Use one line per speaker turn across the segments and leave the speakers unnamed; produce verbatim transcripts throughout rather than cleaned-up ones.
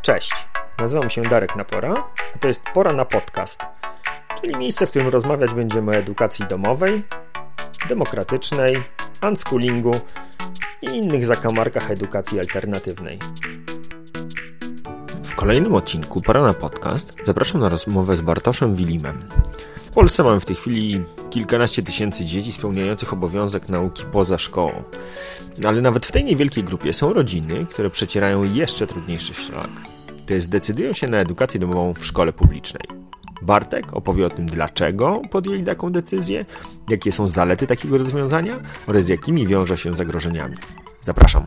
Cześć, nazywam się Darek Napora, a to jest Pora na Podcast, czyli miejsce, w którym rozmawiać będziemy o edukacji domowej, demokratycznej, unschoolingu i innych zakamarkach edukacji alternatywnej. W kolejnym odcinku Pora na Podcast zapraszam na rozmowę z Bartoszem Wilimem. W Polsce mamy w tej chwili kilkanaście tysięcy dzieci spełniających obowiązek nauki poza szkołą. Ale nawet w tej niewielkiej grupie są rodziny, które przecierają jeszcze trudniejszy szlak. To jest decydują się na edukację domową w szkole publicznej. Bartek opowie o tym, dlaczego podjęli taką decyzję, jakie są zalety takiego rozwiązania oraz z jakimi wiąże się zagrożeniami. Zapraszam.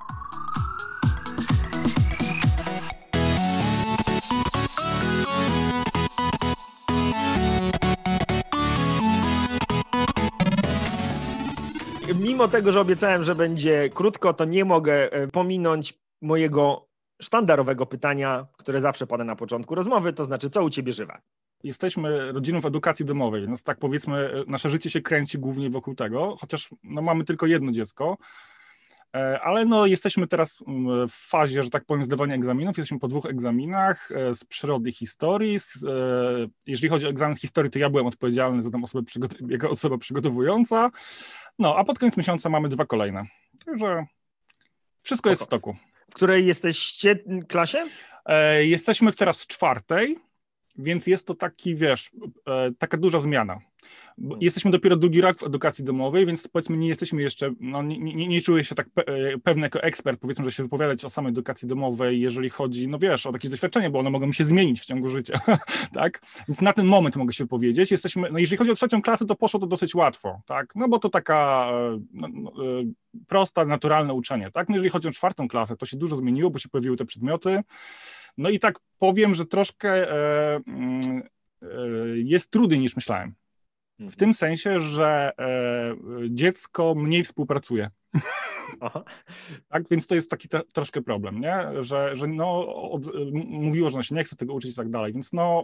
Mimo tego, że obiecałem, że będzie krótko, to nie mogę pominąć mojego sztandarowego pytania, które zawsze pada na początku rozmowy, to znaczy, co u Ciebie żywe?
Jesteśmy rodziną w edukacji domowej, więc tak powiedzmy, nasze życie się kręci głównie wokół tego, chociaż no, mamy tylko jedno dziecko, ale no, jesteśmy teraz w fazie, że tak powiem, zdawania egzaminów. Jesteśmy po dwóch egzaminach z przyrody i historii. Z, jeżeli chodzi o egzamin z historii, to ja byłem odpowiedzialny za tę osobę przygot- jako osoba przygotowująca. No, a pod koniec miesiąca mamy dwa kolejne. Także wszystko Spoko. Jest w toku.
W której jesteście klasie?
E, jesteśmy teraz w czwartej, więc jest to taki, wiesz, e, taka duża zmiana. Jesteśmy dopiero drugi rok w edukacji domowej, więc powiedzmy nie jesteśmy jeszcze, no nie, nie, nie czuję się tak pe, pewny jako ekspert, powiedzmy, że się wypowiadać o samej edukacji domowej, jeżeli chodzi, no wiesz, o jakieś doświadczenie, bo one mogą się zmienić w ciągu życia, tak? Więc na ten moment mogę się powiedzieć. Jesteśmy, no jeżeli chodzi o trzecią klasę, to poszło to dosyć łatwo, tak? No bo to taka no, no, prosta, naturalne uczenie, tak? No jeżeli chodzi o czwartą klasę, to się dużo zmieniło, bo się pojawiły te przedmioty. No i tak powiem, że troszkę e, e, jest trudniej niż myślałem. W tym sensie, że e, dziecko mniej współpracuje. Aha. Tak, więc to jest taki te, troszkę problem, nie? Że, że no, od, mówiło, że ona się nie chce tego uczyć i tak dalej, więc no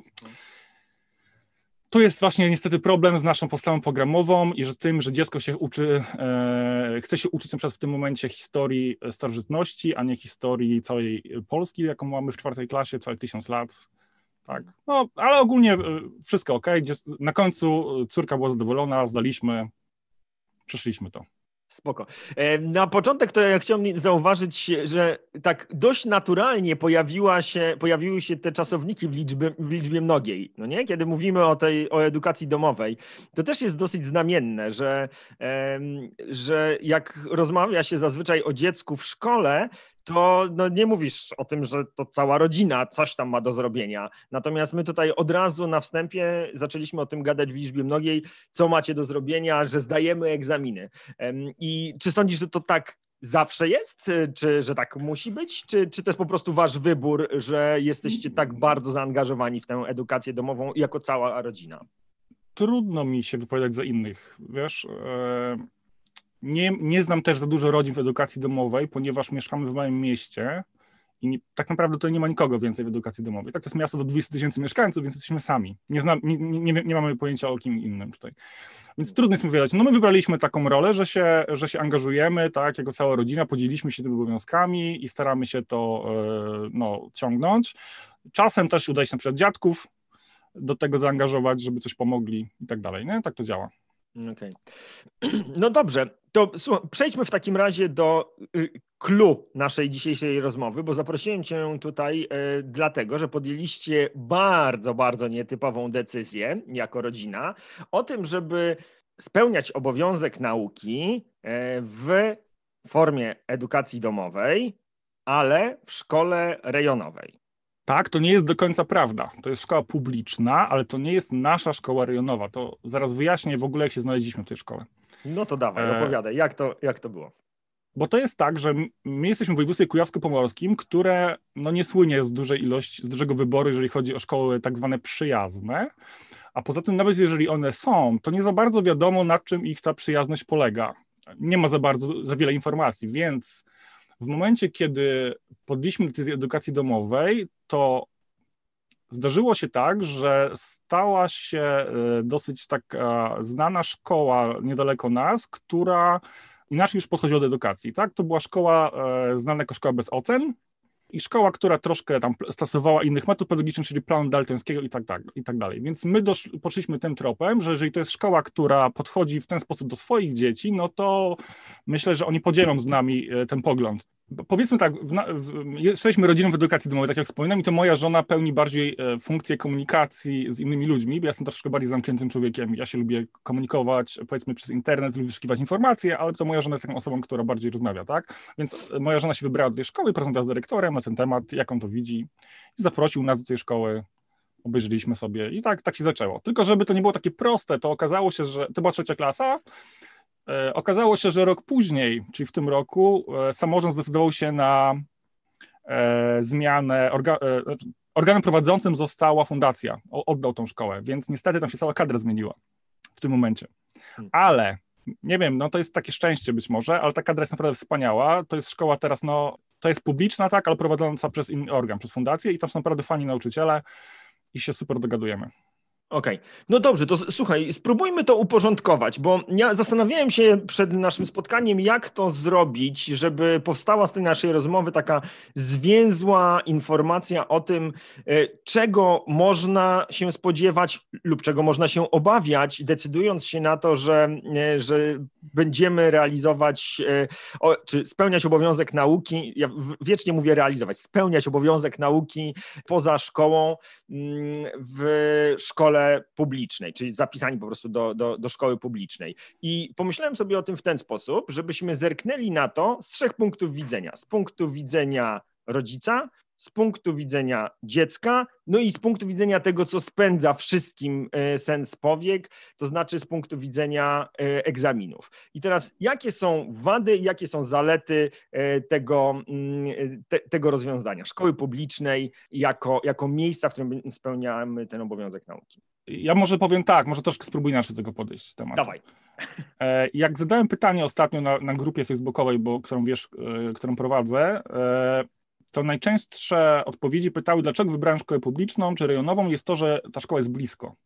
tu jest właśnie niestety problem z naszą postawą programową i że tym, że dziecko się uczy, e, chce się uczyć na przykład w tym momencie historii starożytności, a nie historii całej Polski, jaką mamy w czwartej klasie, całe tysiąc lat. Tak, no, ale ogólnie wszystko ok. Na końcu córka była zadowolona, zdaliśmy, przeszliśmy to.
Spoko. Na początek to ja chciałem zauważyć, że tak dość naturalnie pojawiła się, pojawiły się te czasowniki w liczbie, w liczbie mnogiej. No nie? Kiedy mówimy o tej o edukacji domowej, to też jest dosyć znamienne, że, że jak rozmawia się zazwyczaj o dziecku w szkole, to no nie mówisz o tym, że to cała rodzina coś tam ma do zrobienia. Natomiast my tutaj od razu na wstępie zaczęliśmy o tym gadać w liczbie mnogiej, co macie do zrobienia, że zdajemy egzaminy. I czy sądzisz, że to tak zawsze jest? Czy że tak musi być? Czy, czy to jest po prostu wasz wybór, że jesteście tak bardzo zaangażowani w tę edukację domową jako cała rodzina?
Trudno mi się wypowiadać za innych, wiesz... Yy... Nie, nie znam też za dużo rodzin w edukacji domowej, ponieważ mieszkamy w małym mieście i nie, tak naprawdę tutaj nie ma nikogo więcej w edukacji domowej. Tak, to jest miasto do dwudziestu tysięcy mieszkańców, więc jesteśmy sami. Nie, znam, nie, nie, nie mamy pojęcia o kim innym tutaj. Więc trudno jest mi powiedzieć. No my wybraliśmy taką rolę, że się, że się angażujemy, tak, jako cała rodzina, podzieliliśmy się tymi obowiązkami i staramy się to no, ciągnąć. Czasem też udaje się na przykład dziadków do tego zaangażować, żeby coś pomogli i tak dalej. Nie? Tak to działa.
Okej. Okay. No dobrze, to słuchaj, przejdźmy w takim razie do clou naszej dzisiejszej rozmowy, bo zaprosiłem Cię tutaj y, dlatego, że podjęliście bardzo, bardzo nietypową decyzję jako rodzina o tym, żeby spełniać obowiązek nauki y, w formie edukacji domowej, ale w szkole rejonowej.
Tak, to nie jest do końca prawda. To jest szkoła publiczna, ale to nie jest nasza szkoła rejonowa. To zaraz wyjaśnię w ogóle, jak się znaleźliśmy w tej szkole.
No to dawaj, opowiadaj, jak to, jak to było?
Bo to jest tak, że my jesteśmy w województwie kujawsko-pomorskim, które no, nie słynie z dużej ilości, z dużego wyboru, jeżeli chodzi o szkoły tak zwane przyjazne, a poza tym nawet jeżeli one są, to nie za bardzo wiadomo, na czym ich ta przyjazność polega. Nie ma za bardzo, za wiele informacji, więc w momencie, kiedy podjęliśmy decyzję edukacji domowej, to zdarzyło się tak, że stała się dosyć taka znana szkoła niedaleko nas, która inaczej już podchodziła do edukacji. Tak? To była szkoła znana jako szkoła bez ocen i szkoła, która troszkę tam stosowała innych metod pedagogicznych, czyli planu daltońskiego i tak, tak, i tak dalej. Więc my dosz, poszliśmy tym tropem, że jeżeli to jest szkoła, która podchodzi w ten sposób do swoich dzieci, no to myślę, że oni podzielą z nami ten pogląd. Powiedzmy tak, w, w, jesteśmy rodziną w edukacji domowej, tak jak wspominam, i to moja żona pełni bardziej funkcję komunikacji z innymi ludźmi, bo ja jestem troszkę bardziej zamkniętym człowiekiem. Ja się lubię komunikować, powiedzmy, przez internet, lubię wyszukiwać informacje, ale to moja żona jest taką osobą, która bardziej rozmawia, tak? Więc moja żona się wybrała do tej szkoły, porozmawiała z dyrektorem na ten temat, jak on to widzi, i zaprosił nas do tej szkoły. Obejrzeliśmy sobie i tak, tak się zaczęło. Tylko żeby to nie było takie proste, to okazało się, że to była trzecia klasa. E, okazało się, że rok później, czyli w tym roku, e, samorząd zdecydował się na e, zmianę. Orga, e, organem prowadzącym została fundacja. O, oddał tą szkołę, więc niestety tam się cała kadra zmieniła w tym momencie. Ale nie wiem, no to jest takie szczęście być może, ale ta kadra jest naprawdę wspaniała. To jest szkoła teraz, no to jest publiczna, tak, ale prowadząca przez inny organ, przez fundację, i tam są naprawdę fani nauczyciele i się super dogadujemy.
Okej, okay. No dobrze, to słuchaj, spróbujmy to uporządkować, bo ja zastanawiałem się przed naszym spotkaniem, jak to zrobić, żeby powstała z tej naszej rozmowy taka zwięzła informacja o tym, czego można się spodziewać lub czego można się obawiać, decydując się na to, że, że będziemy realizować, czy spełniać obowiązek nauki, ja wiecznie mówię realizować, spełniać obowiązek nauki poza szkołą w szkole publicznej, czyli zapisani po prostu do, do, do szkoły publicznej. I pomyślałem sobie o tym w ten sposób, żebyśmy zerknęli na to z trzech punktów widzenia. Z punktu widzenia rodzica, z punktu widzenia dziecka, no i z punktu widzenia tego, co spędza wszystkim sens powiek, to znaczy z punktu widzenia egzaminów. I teraz jakie są wady, jakie są zalety tego, te, tego rozwiązania szkoły publicznej jako, jako miejsca, w którym spełniamy ten obowiązek nauki?
Ja może powiem tak, może troszkę spróbuj inaczej do tego podejść do tematu.
Dawaj.
Jak zadałem pytanie ostatnio na, na grupie facebookowej, bo, którą wiesz, którą prowadzę, to najczęstsze odpowiedzi pytały, dlaczego wybrałem szkołę publiczną czy rejonową, jest to, że ta szkoła jest blisko.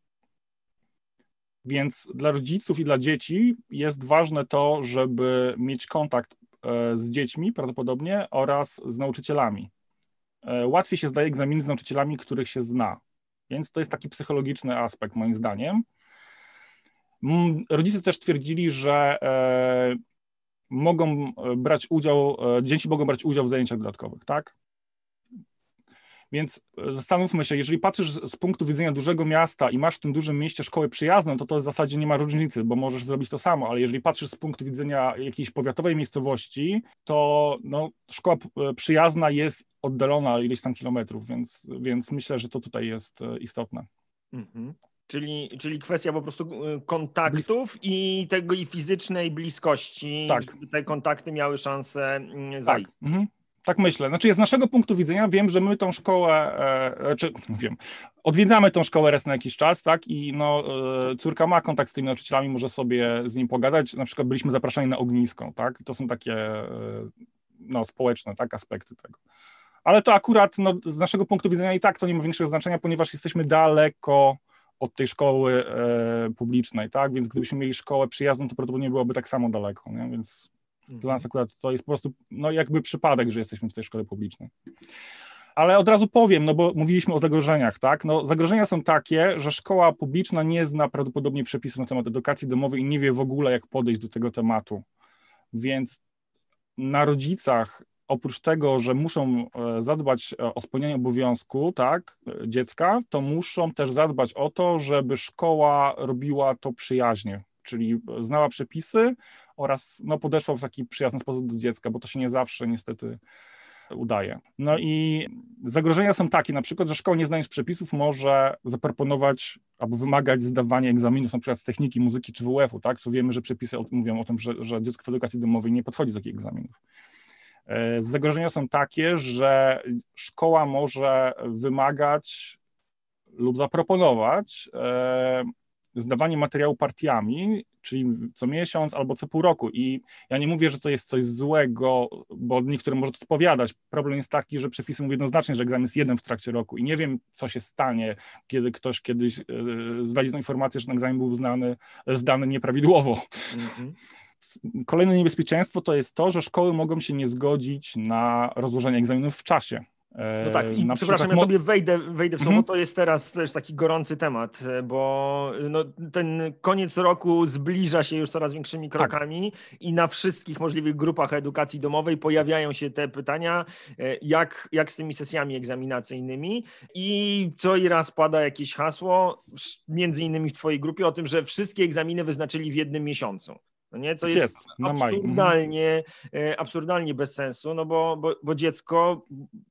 Więc dla rodziców i dla dzieci jest ważne to, żeby mieć kontakt z dziećmi prawdopodobnie oraz z nauczycielami. Łatwiej się zdaje egzaminy z nauczycielami, których się zna. Więc to jest taki psychologiczny aspekt moim zdaniem. Rodzice też twierdzili, że e, mogą brać udział, e, dzieci mogą brać udział w zajęciach dodatkowych, tak? Więc zastanówmy się, jeżeli patrzysz z punktu widzenia dużego miasta i masz w tym dużym mieście szkołę przyjazną, to to w zasadzie nie ma różnicy, bo możesz zrobić to samo, ale jeżeli patrzysz z punktu widzenia jakiejś powiatowej miejscowości, to no, szkoła przyjazna jest oddalona ileś tam kilometrów, więc, więc myślę, że to tutaj jest istotne. Mhm.
Czyli, czyli kwestia po prostu kontaktów Blis- i tego i fizycznej bliskości,
tak.
Żeby te kontakty miały szansę zaistnieć.
Tak. Mhm. Tak myślę. Znaczy, z naszego punktu widzenia wiem, że my tą szkołę, e, czy wiem, odwiedzamy tą szkołę raz na jakiś czas, tak, i no, e, córka ma kontakt z tymi nauczycielami, może sobie z nim pogadać. Na przykład byliśmy zapraszani na ognisko, tak, i to są takie e, no, społeczne, tak, aspekty tego. Ale to akurat no, z naszego punktu widzenia i tak to nie ma większego znaczenia, ponieważ jesteśmy daleko od tej szkoły e, publicznej, tak, więc gdybyśmy mieli szkołę przyjazną, to prawdopodobnie byłoby tak samo daleko, nie? Więc dla nas akurat to jest po prostu no, jakby przypadek, że jesteśmy w tej szkole publicznej. Ale od razu powiem, no bo mówiliśmy o zagrożeniach, tak, no zagrożenia są takie, że szkoła publiczna nie zna prawdopodobnie przepisów na temat edukacji domowej i nie wie w ogóle, jak podejść do tego tematu, więc na rodzicach oprócz tego, że muszą zadbać o spełnianie obowiązku, tak, dziecka, to muszą też zadbać o to, żeby szkoła robiła to przyjaźnie, czyli znała przepisy oraz no, podeszła w taki przyjazny sposób do dziecka, bo to się nie zawsze niestety udaje. No i zagrożenia są takie, na przykład, że szkoła, nie znając przepisów, może zaproponować albo wymagać zdawania egzaminów, na przykład z techniki, muzyki czy W F-u, tak, co wiemy, że przepisy mówią o tym, że, że dziecko w edukacji domowej nie podchodzi do takich egzaminów. Zagrożenia są takie, że szkoła może wymagać lub zaproponować e, zdawanie materiału partiami, czyli co miesiąc albo co pół roku. I ja nie mówię, że to jest coś złego, bo niektórym może to odpowiadać. Problem jest taki, że przepisy mówią jednoznacznie, że egzamin jest jeden w trakcie roku i nie wiem, co się stanie, kiedy ktoś kiedyś e, zdali tą informację, że ten egzamin był znany, zdany nieprawidłowo. Mm-hmm. Kolejne niebezpieczeństwo to jest to, że szkoły mogą się nie zgodzić na rozłożenie egzaminów w czasie.
No tak, i
Na
przepraszam,
przykład...
ja tobie wejdę, wejdę w słowo,
Mhm.
to jest teraz też taki gorący temat, bo no, ten koniec roku zbliża się już coraz większymi
Tak.
krokami i na wszystkich możliwych grupach edukacji domowej pojawiają się te pytania, jak, jak z tymi sesjami egzaminacyjnymi i co i raz pada jakieś hasło, między innymi w twojej grupie, o tym, że wszystkie egzaminy wyznaczyli w jednym miesiącu. No nie? Co
Tak
jest,
jest, na maj.
absurdalnie, mhm. absurdalnie bez sensu, no bo, bo, bo dziecko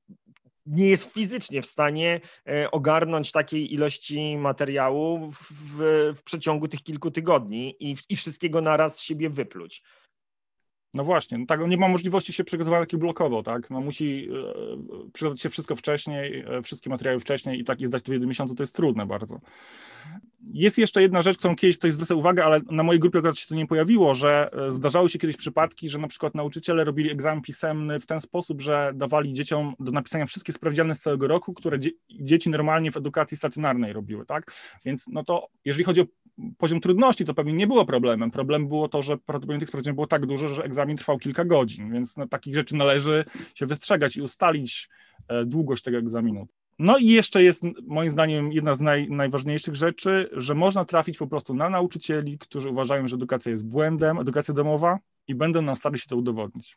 nie jest fizycznie w stanie ogarnąć takiej ilości materiału w, w przeciągu tych kilku tygodni i, i wszystkiego naraz z siebie wypluć.
No właśnie, no tak, nie ma możliwości się przygotować taki blokowo, tak? No musi e, przygotować się wszystko wcześniej, e, wszystkie materiały wcześniej i tak i zdać to w jednym miesiącu, to jest trudne bardzo. Jest jeszcze jedna rzecz, którą kiedyś ktoś zwraca uwagę, ale na mojej grupie akurat się to nie pojawiło, że zdarzały się kiedyś przypadki, że na przykład nauczyciele robili egzamin pisemny w ten sposób, że dawali dzieciom do napisania wszystkie sprawdziany z całego roku, które dzie- dzieci normalnie w edukacji stacjonarnej robiły, tak? Więc no to jeżeli chodzi o poziom trudności, to pewnie nie było problemem. Problem było to, że prawdopodobnie tych sprawdzianów było tak dużo, że egzamin trwał kilka godzin, więc no, takich rzeczy należy się wystrzegać i ustalić e, długość tego egzaminu. No i jeszcze jest moim zdaniem jedna z naj, najważniejszych rzeczy, że można trafić po prostu na nauczycieli, którzy uważają, że edukacja jest błędem, edukacja domowa i będą nam starali się to udowodnić.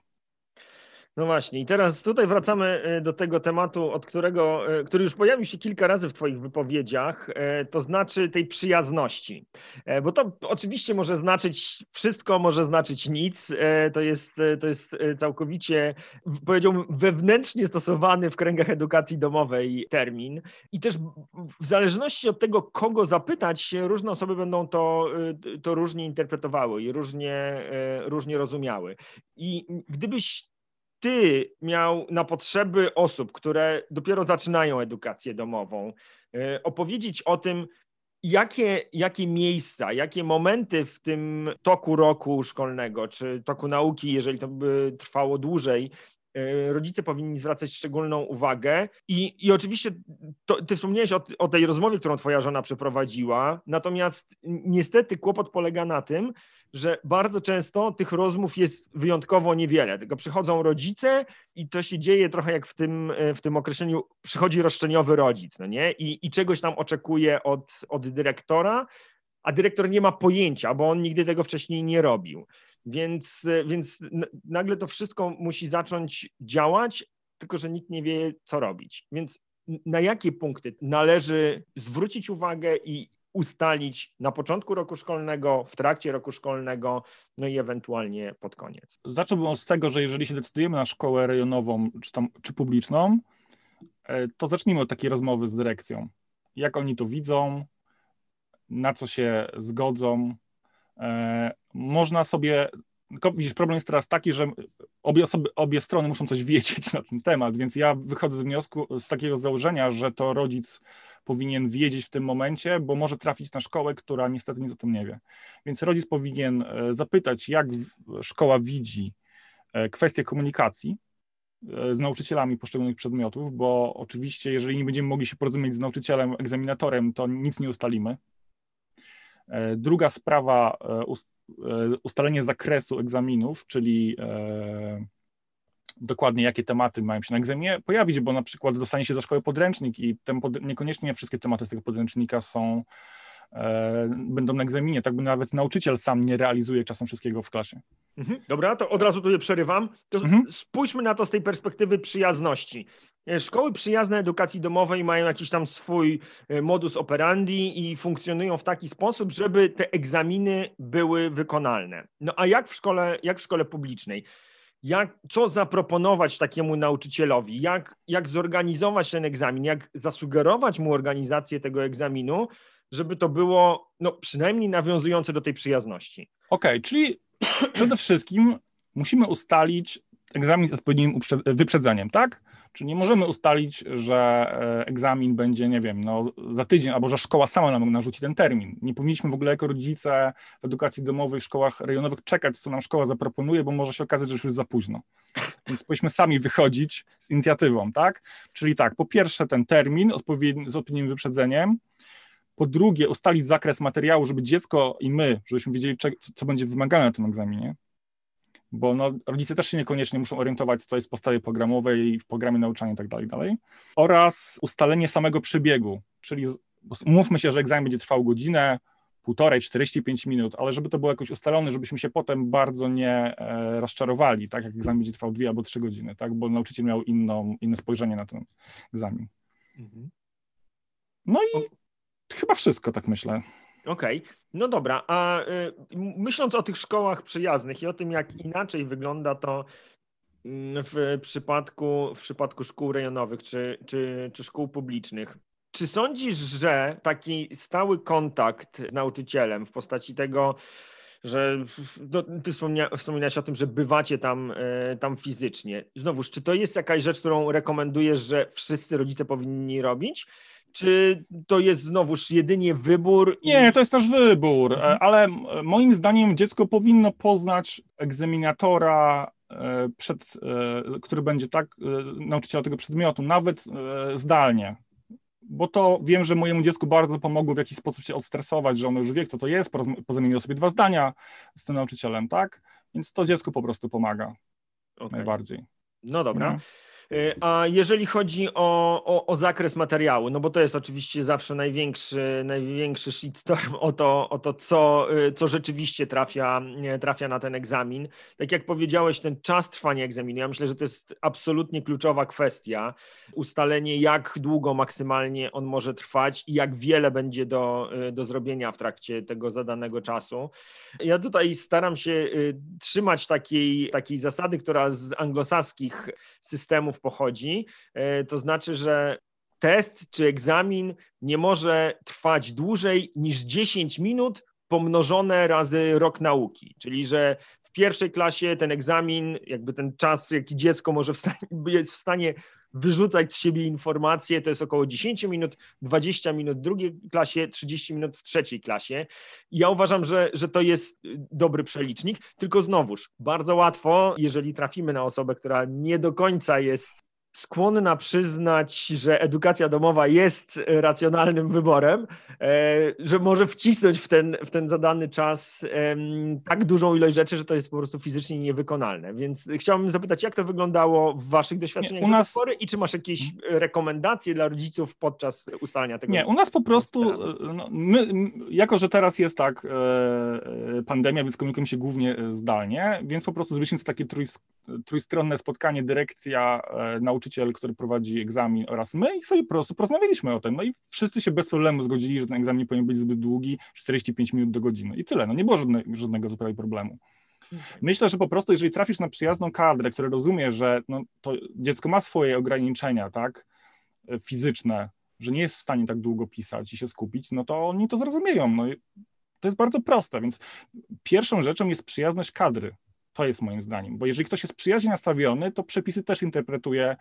No właśnie, i teraz tutaj wracamy do tego tematu, od którego, który już pojawił się kilka razy w twoich wypowiedziach, to znaczy tej przyjazności. Bo to oczywiście może znaczyć wszystko, może znaczyć nic. To jest, to jest całkowicie, powiedziałbym, wewnętrznie stosowany w kręgach edukacji domowej termin. I też w zależności od tego, kogo zapytać, różne osoby będą to, to różnie interpretowały i różnie, różnie rozumiały. I gdybyś ty miał na potrzeby osób, które dopiero zaczynają edukację domową, opowiedzieć o tym, jakie, jakie miejsca, jakie momenty w tym toku roku szkolnego, czy toku nauki, jeżeli to by trwało dłużej, rodzice powinni zwracać szczególną uwagę. I, i oczywiście to, ty wspomniałeś o, o tej rozmowie, którą twoja żona przeprowadziła, natomiast niestety kłopot polega na tym, że bardzo często tych rozmów jest wyjątkowo niewiele, tylko przychodzą rodzice i to się dzieje trochę jak w tym, w tym określeniu, przychodzi roszczeniowy rodzic, no nie? I, i czegoś tam oczekuje od, od dyrektora, a dyrektor nie ma pojęcia, bo on nigdy tego wcześniej nie robił. Więc, więc nagle to wszystko musi zacząć działać, tylko że nikt nie wie, co robić. Więc na jakie punkty należy zwrócić uwagę i ustalić na początku roku szkolnego, w trakcie roku szkolnego, no i ewentualnie pod koniec?
Zacząłbym od tego, że jeżeli się decydujemy na szkołę rejonową czy, tam, czy publiczną, to zacznijmy od takiej rozmowy z dyrekcją. Jak oni to widzą, na co się zgodzą. Można sobie, widzisz, problem jest teraz taki, że obie osoby, obie strony muszą coś wiedzieć na ten temat, więc ja wychodzę z wniosku, z takiego założenia, że to rodzic powinien wiedzieć w tym momencie, bo może trafić na szkołę, która niestety nic o tym nie wie. Więc rodzic powinien zapytać, jak szkoła widzi kwestię komunikacji z nauczycielami poszczególnych przedmiotów, bo oczywiście, jeżeli nie będziemy mogli się porozumieć z nauczycielem, egzaminatorem, to nic nie ustalimy. Druga sprawa, ustalenie zakresu egzaminów, czyli dokładnie jakie tematy mają się na egzaminie pojawić, bo na przykład dostanie się do szkoły podręcznik i ten pod, niekoniecznie wszystkie tematy z tego podręcznika są, będą na egzaminie, tak by nawet nauczyciel sam nie realizuje czasem wszystkiego w klasie.
Mhm, dobra, to od razu tu je przerywam. To mhm. Spójrzmy na to z tej perspektywy przyjazności. Szkoły przyjazne edukacji domowej mają jakiś tam swój modus operandi i funkcjonują w taki sposób, żeby te egzaminy były wykonalne. No a jak w szkole, jak w szkole publicznej? Jak, co zaproponować takiemu nauczycielowi? Jak, jak zorganizować ten egzamin? Jak zasugerować mu organizację tego egzaminu, żeby to było no, przynajmniej nawiązujące do tej przyjazności?
Okej, okay, czyli przede wszystkim musimy ustalić egzamin z odpowiednim wyprzedzeniem, tak? Czyli nie możemy ustalić, że egzamin będzie, nie wiem, no, za tydzień, albo że szkoła sama nam narzuci ten termin. Nie powinniśmy w ogóle jako rodzice w edukacji domowej, w szkołach rejonowych czekać, co nam szkoła zaproponuje, bo może się okazać, że już jest za późno. Więc powinniśmy sami wychodzić z inicjatywą, tak? Czyli tak, po pierwsze ten termin odpowiedni, z odpowiednim wyprzedzeniem, po drugie ustalić zakres materiału, żeby dziecko i my, żebyśmy wiedzieli, co będzie wymagane na tym egzaminie. bo no, rodzice też się niekoniecznie muszą orientować, co jest w podstawie programowej, w programie nauczania i tak dalej, dalej. Oraz ustalenie samego przebiegu, czyli mówmy się, że egzamin będzie trwał godzinę, półtorej, czterdzieści pięć minut, ale żeby to było jakoś ustalone, żebyśmy się potem bardzo nie e, rozczarowali, tak, jak egzamin będzie trwał dwie albo trzy godziny, tak, bo nauczyciel miał inną, inne spojrzenie na ten egzamin. Mhm. No i o... chyba wszystko, tak myślę.
Okej, okay. No dobra, a y, myśląc o tych szkołach przyjaznych i o tym, jak inaczej wygląda to w przypadku, w przypadku szkół rejonowych czy, czy, czy szkół publicznych, czy sądzisz, że taki stały kontakt z nauczycielem w postaci tego, że no, ty wspomnia, wspominałeś o tym, że bywacie tam, tam fizycznie. Znowuż, czy to jest jakaś rzecz, którą rekomendujesz, że wszyscy rodzice powinni robić? Czy to jest znowuż jedynie wybór? I...
Nie, to jest też wybór, mhm. ale moim zdaniem dziecko powinno poznać egzaminatora, przed, który będzie tak nauczyciela tego przedmiotu, nawet zdalnie. Bo to wiem, że mojemu dziecku bardzo pomogło w jakiś sposób się odstresować, że on już wie, kto to jest, pozamienił sobie dwa zdania z tym nauczycielem, tak? Więc to dziecku po prostu pomaga okay. najbardziej.
No dobra. No. A jeżeli chodzi o, o, o zakres materiału, no bo to jest oczywiście zawsze największy, największy shitstorm o to, o to co, co rzeczywiście trafia, trafia na ten egzamin. Tak jak powiedziałeś, ten czas trwania egzaminu, ja myślę, że to jest absolutnie kluczowa kwestia. Ustalenie, jak długo maksymalnie on może trwać i jak wiele będzie do, do zrobienia w trakcie tego zadanego czasu. Ja tutaj staram się trzymać takiej, takiej zasady, która z anglosaskich systemów pochodzi, to znaczy, że test czy egzamin nie może trwać dłużej niż dziesięć minut pomnożone razy rok nauki, czyli że w pierwszej klasie ten egzamin, jakby ten czas, jaki dziecko może w stanie, jest w stanie wyrzucać z siebie informacje, to jest około dziesięć minut, dwadzieścia minut w drugiej klasie, trzydzieści minut w trzeciej klasie. I ja uważam, że, że to jest dobry przelicznik, tylko znowuż bardzo łatwo, jeżeli trafimy na osobę, która nie do końca jest skłonna przyznać, że edukacja domowa jest racjonalnym wyborem, że może wcisnąć w ten, w ten zadany czas tak dużą ilość rzeczy, że to jest po prostu fizycznie niewykonalne. Więc chciałbym zapytać, jak to wyglądało w waszych doświadczeniach
nie, u nas...
do tej pory i czy masz jakieś rekomendacje dla rodziców podczas ustalania tego?
Nie, u nas po prostu, no, my, jako że teraz jest tak e, pandemia, więc komunikujemy się głównie zdalnie, więc po prostu zrobiliśmy takie trój, trójstronne spotkanie, dyrekcja, e, nauczyciel, który prowadzi egzamin oraz my i sobie po prostu porozmawialiśmy o tym. No i wszyscy się bez problemu zgodzili, że ten egzamin nie powinien być zbyt długi, czterdzieści pięć minut do godziny i tyle. No nie było żadne, żadnego tutaj problemu. Myślę, że po prostu jeżeli trafisz na przyjazną kadrę, która rozumie, że no, to dziecko ma swoje ograniczenia, tak, fizyczne, że nie jest w stanie tak długo pisać i się skupić, no to oni to zrozumieją. No, to jest bardzo proste, więc pierwszą rzeczą jest przyjazność kadry. To jest moim zdaniem, bo jeżeli ktoś jest przyjaźnie nastawiony, to przepisy też interpretuje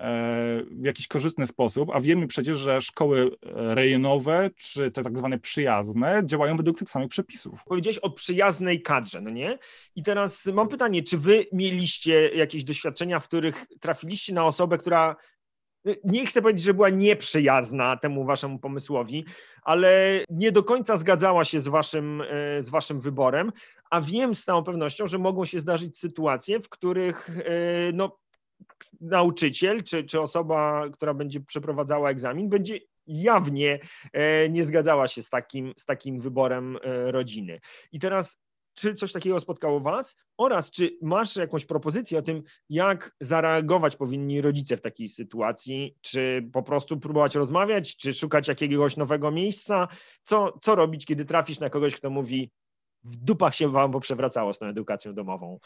w jakiś korzystny sposób, a wiemy przecież, że szkoły rejonowe, czy te tak zwane przyjazne, działają według tych samych przepisów.
Powiedziałeś o przyjaznej kadrze, no nie? I teraz mam pytanie, czy wy mieliście jakieś doświadczenia, w których trafiliście na osobę, która, nie chcę powiedzieć, że była nieprzyjazna temu waszemu pomysłowi, ale nie do końca zgadzała się z waszym, z waszym wyborem, a wiem z całą pewnością, że mogą się zdarzyć sytuacje, w których no, nauczyciel czy, czy osoba, która będzie przeprowadzała egzamin, będzie jawnie nie zgadzała się z takim, z takim wyborem rodziny. I teraz czy coś takiego spotkało was? Oraz czy masz jakąś propozycję o tym, jak zareagować powinni rodzice w takiej sytuacji? Czy po prostu próbować rozmawiać, czy szukać jakiegoś nowego miejsca? Co, co robić, kiedy trafisz na kogoś, kto mówi, w dupach się wam poprzewracało z tą edukacją domową?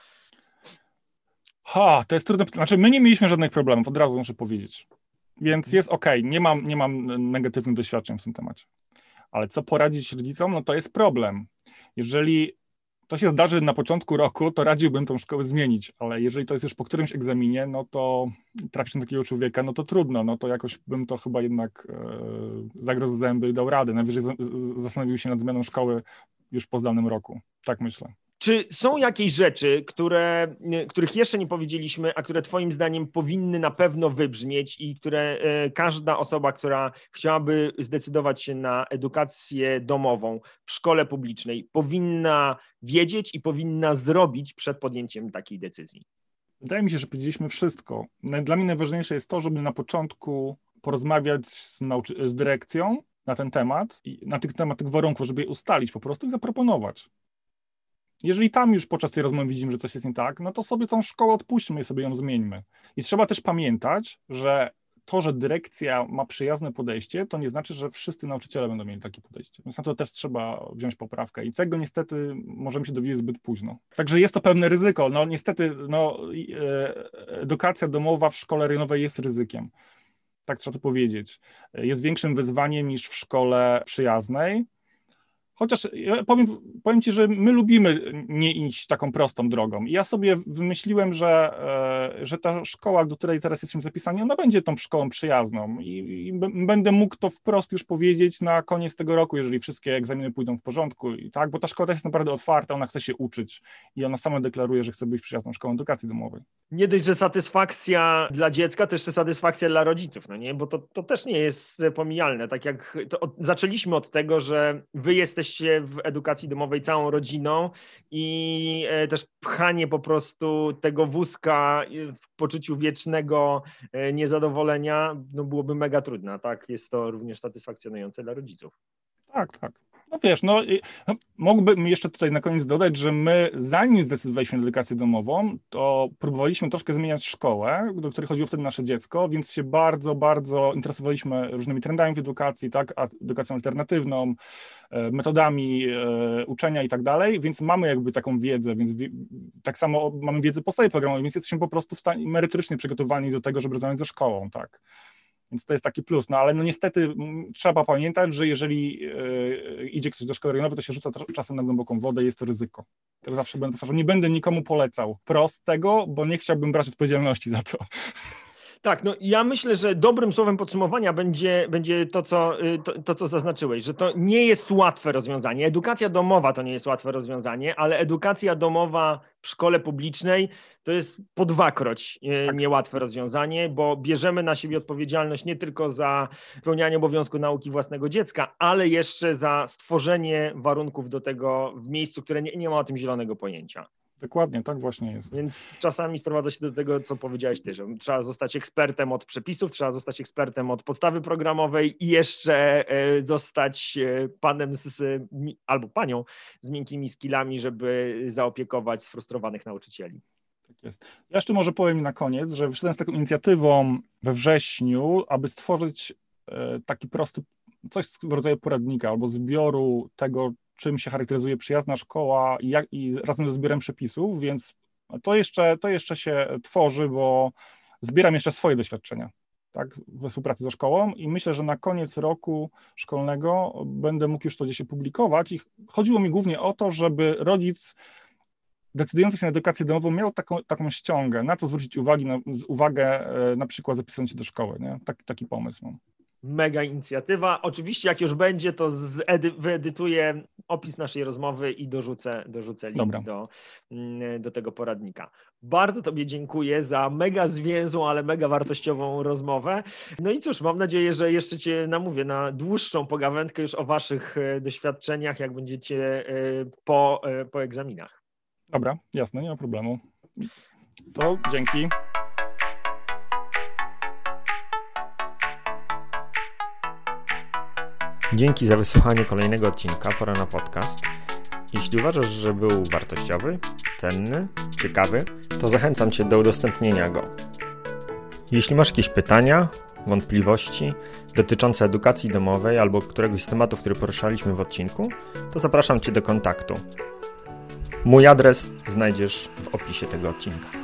Ha, to jest trudne. Znaczy, my nie mieliśmy żadnych problemów, od razu muszę powiedzieć. Więc jest okej, okay. nie mam, nie mam negatywnych doświadczeń w tym temacie. Ale co poradzić rodzicom? No to jest problem. Jeżeli to się zdarzy na początku roku, to radziłbym tą szkołę zmienić, ale jeżeli to jest już po którymś egzaminie, no to trafić na takiego człowieka, no to trudno, no to jakoś bym to chyba jednak e, zagryzł zęby i dał radę. Najwyżej z, z, zastanowił się nad zmianą szkoły już po zdalnym roku. Tak myślę.
Czy są jakieś rzeczy, które, których jeszcze nie powiedzieliśmy, a które twoim zdaniem powinny na pewno wybrzmieć i które każda osoba, która chciałaby zdecydować się na edukację domową w szkole publicznej, powinna wiedzieć i powinna zrobić przed podjęciem takiej decyzji?
Wydaje mi się, że powiedzieliśmy wszystko. Dla mnie najważniejsze jest to, żeby na początku porozmawiać z, nauczy- z dyrekcją na ten temat, i na tych temat tych warunków, żeby je ustalić po prostu i zaproponować. Jeżeli tam już podczas tej rozmowy widzimy, że coś jest nie tak, no to sobie tą szkołę odpuśćmy i sobie ją zmieńmy. I trzeba też pamiętać, że to, że dyrekcja ma przyjazne podejście, to nie znaczy, że wszyscy nauczyciele będą mieli takie podejście. Więc na to też trzeba wziąć poprawkę i tego niestety możemy się dowiedzieć zbyt późno. Także jest to pewne ryzyko. No niestety no, edukacja domowa w szkole rejonowej jest ryzykiem. Tak trzeba to powiedzieć. Jest większym wyzwaniem niż w szkole przyjaznej. Chociaż ja powiem, powiem Ci, że my lubimy nie iść taką prostą drogą. I ja sobie wymyśliłem, że, że ta szkoła, do której teraz jesteśmy zapisani, ona będzie tą szkołą przyjazną i, i będę mógł to wprost już powiedzieć na koniec tego roku, jeżeli wszystkie egzaminy pójdą w porządku, i tak, bo ta szkoła też jest naprawdę otwarta, ona chce się uczyć i ona sama deklaruje, że chce być przyjazną szkołą edukacji domowej.
Nie dość, że satysfakcja dla dziecka, to jeszcze satysfakcja dla rodziców, no nie? Bo to, to też nie jest pomijalne. Tak jak to od, zaczęliśmy od tego, że wy jesteście w edukacji domowej całą rodziną i też pchanie po prostu tego wózka w poczuciu wiecznego niezadowolenia no byłoby mega trudne, tak? Jest to również satysfakcjonujące dla rodziców.
Tak, tak. No wiesz, no, no mógłbym jeszcze tutaj na koniec dodać, że my zanim zdecydowaliśmy na edukację domową, to próbowaliśmy troszkę zmieniać szkołę, do której chodziło wtedy nasze dziecko, więc się bardzo, bardzo interesowaliśmy różnymi trendami w edukacji, tak, edukacją alternatywną, metodami e, uczenia i tak dalej, więc mamy jakby taką wiedzę, więc wi- tak samo mamy wiedzę podstawy programowej, więc jesteśmy po prostu w stanie merytorycznie przygotowani do tego, żeby rozmawiać ze szkołą, tak. Więc to jest taki plus, no ale no niestety m, trzeba pamiętać, że jeżeli e, idzie ktoś do szkoły rejonowej, to się rzuca tr- czasem na głęboką wodę i jest to ryzyko. Tak zawsze będę powtarzał, nie będę nikomu polecał wprost tego, bo nie chciałbym brać odpowiedzialności za to.
Tak, no ja myślę, że dobrym słowem podsumowania będzie, będzie to, co, to, to, co zaznaczyłeś, że to nie jest łatwe rozwiązanie. Edukacja domowa to nie jest łatwe rozwiązanie, ale edukacja domowa w szkole publicznej to jest po dwakroć niełatwe rozwiązanie, bo bierzemy na siebie odpowiedzialność nie tylko za spełnianie obowiązku nauki własnego dziecka, ale jeszcze za stworzenie warunków do tego w miejscu, które nie, nie ma o tym zielonego pojęcia.
Dokładnie, tak właśnie jest.
Więc czasami sprowadza się do tego, co powiedziałeś ty, że trzeba zostać ekspertem od przepisów, trzeba zostać ekspertem od podstawy programowej i jeszcze zostać panem z, albo panią z miękkimi skillami, żeby zaopiekować sfrustrowanych nauczycieli.
Tak jest. Ja jeszcze może powiem na koniec, że wyszedłem z taką inicjatywą we wrześniu, aby stworzyć taki prosty, coś w rodzaju poradnika albo zbioru tego, czym się charakteryzuje przyjazna szkoła i, jak, i razem ze zbiorem przepisów, więc to jeszcze, to jeszcze się tworzy, bo zbieram jeszcze swoje doświadczenia, tak, we współpracy ze szkołą i myślę, że na koniec roku szkolnego będę mógł już to gdzieś publikować i chodziło mi głównie o to, żeby rodzic decydujący się na edukację domową miał taką, taką ściągę, na co zwrócić uwagi, na, uwagę na przykład zapisując się do szkoły, nie? Tak, taki pomysł mam.
Mega inicjatywa. Oczywiście jak już będzie, to zedy- wyedytuję opis naszej rozmowy i dorzucę, dorzucę link do, do tego poradnika. Bardzo Tobie dziękuję za mega zwięzłą, ale mega wartościową rozmowę. No i cóż, mam nadzieję, że jeszcze Cię namówię na dłuższą pogawędkę już o Waszych doświadczeniach, jak będziecie po, po egzaminach.
Dobra, jasne, nie ma problemu. To dzięki.
Dzięki za wysłuchanie kolejnego odcinka Pora na podcast. Jeśli uważasz, że był wartościowy, cenny, ciekawy, to zachęcam Cię do udostępnienia go. Jeśli masz jakieś pytania, wątpliwości dotyczące edukacji domowej albo któregoś z tematów, który poruszaliśmy w odcinku, to zapraszam Cię do kontaktu. Mój adres znajdziesz w opisie tego odcinka.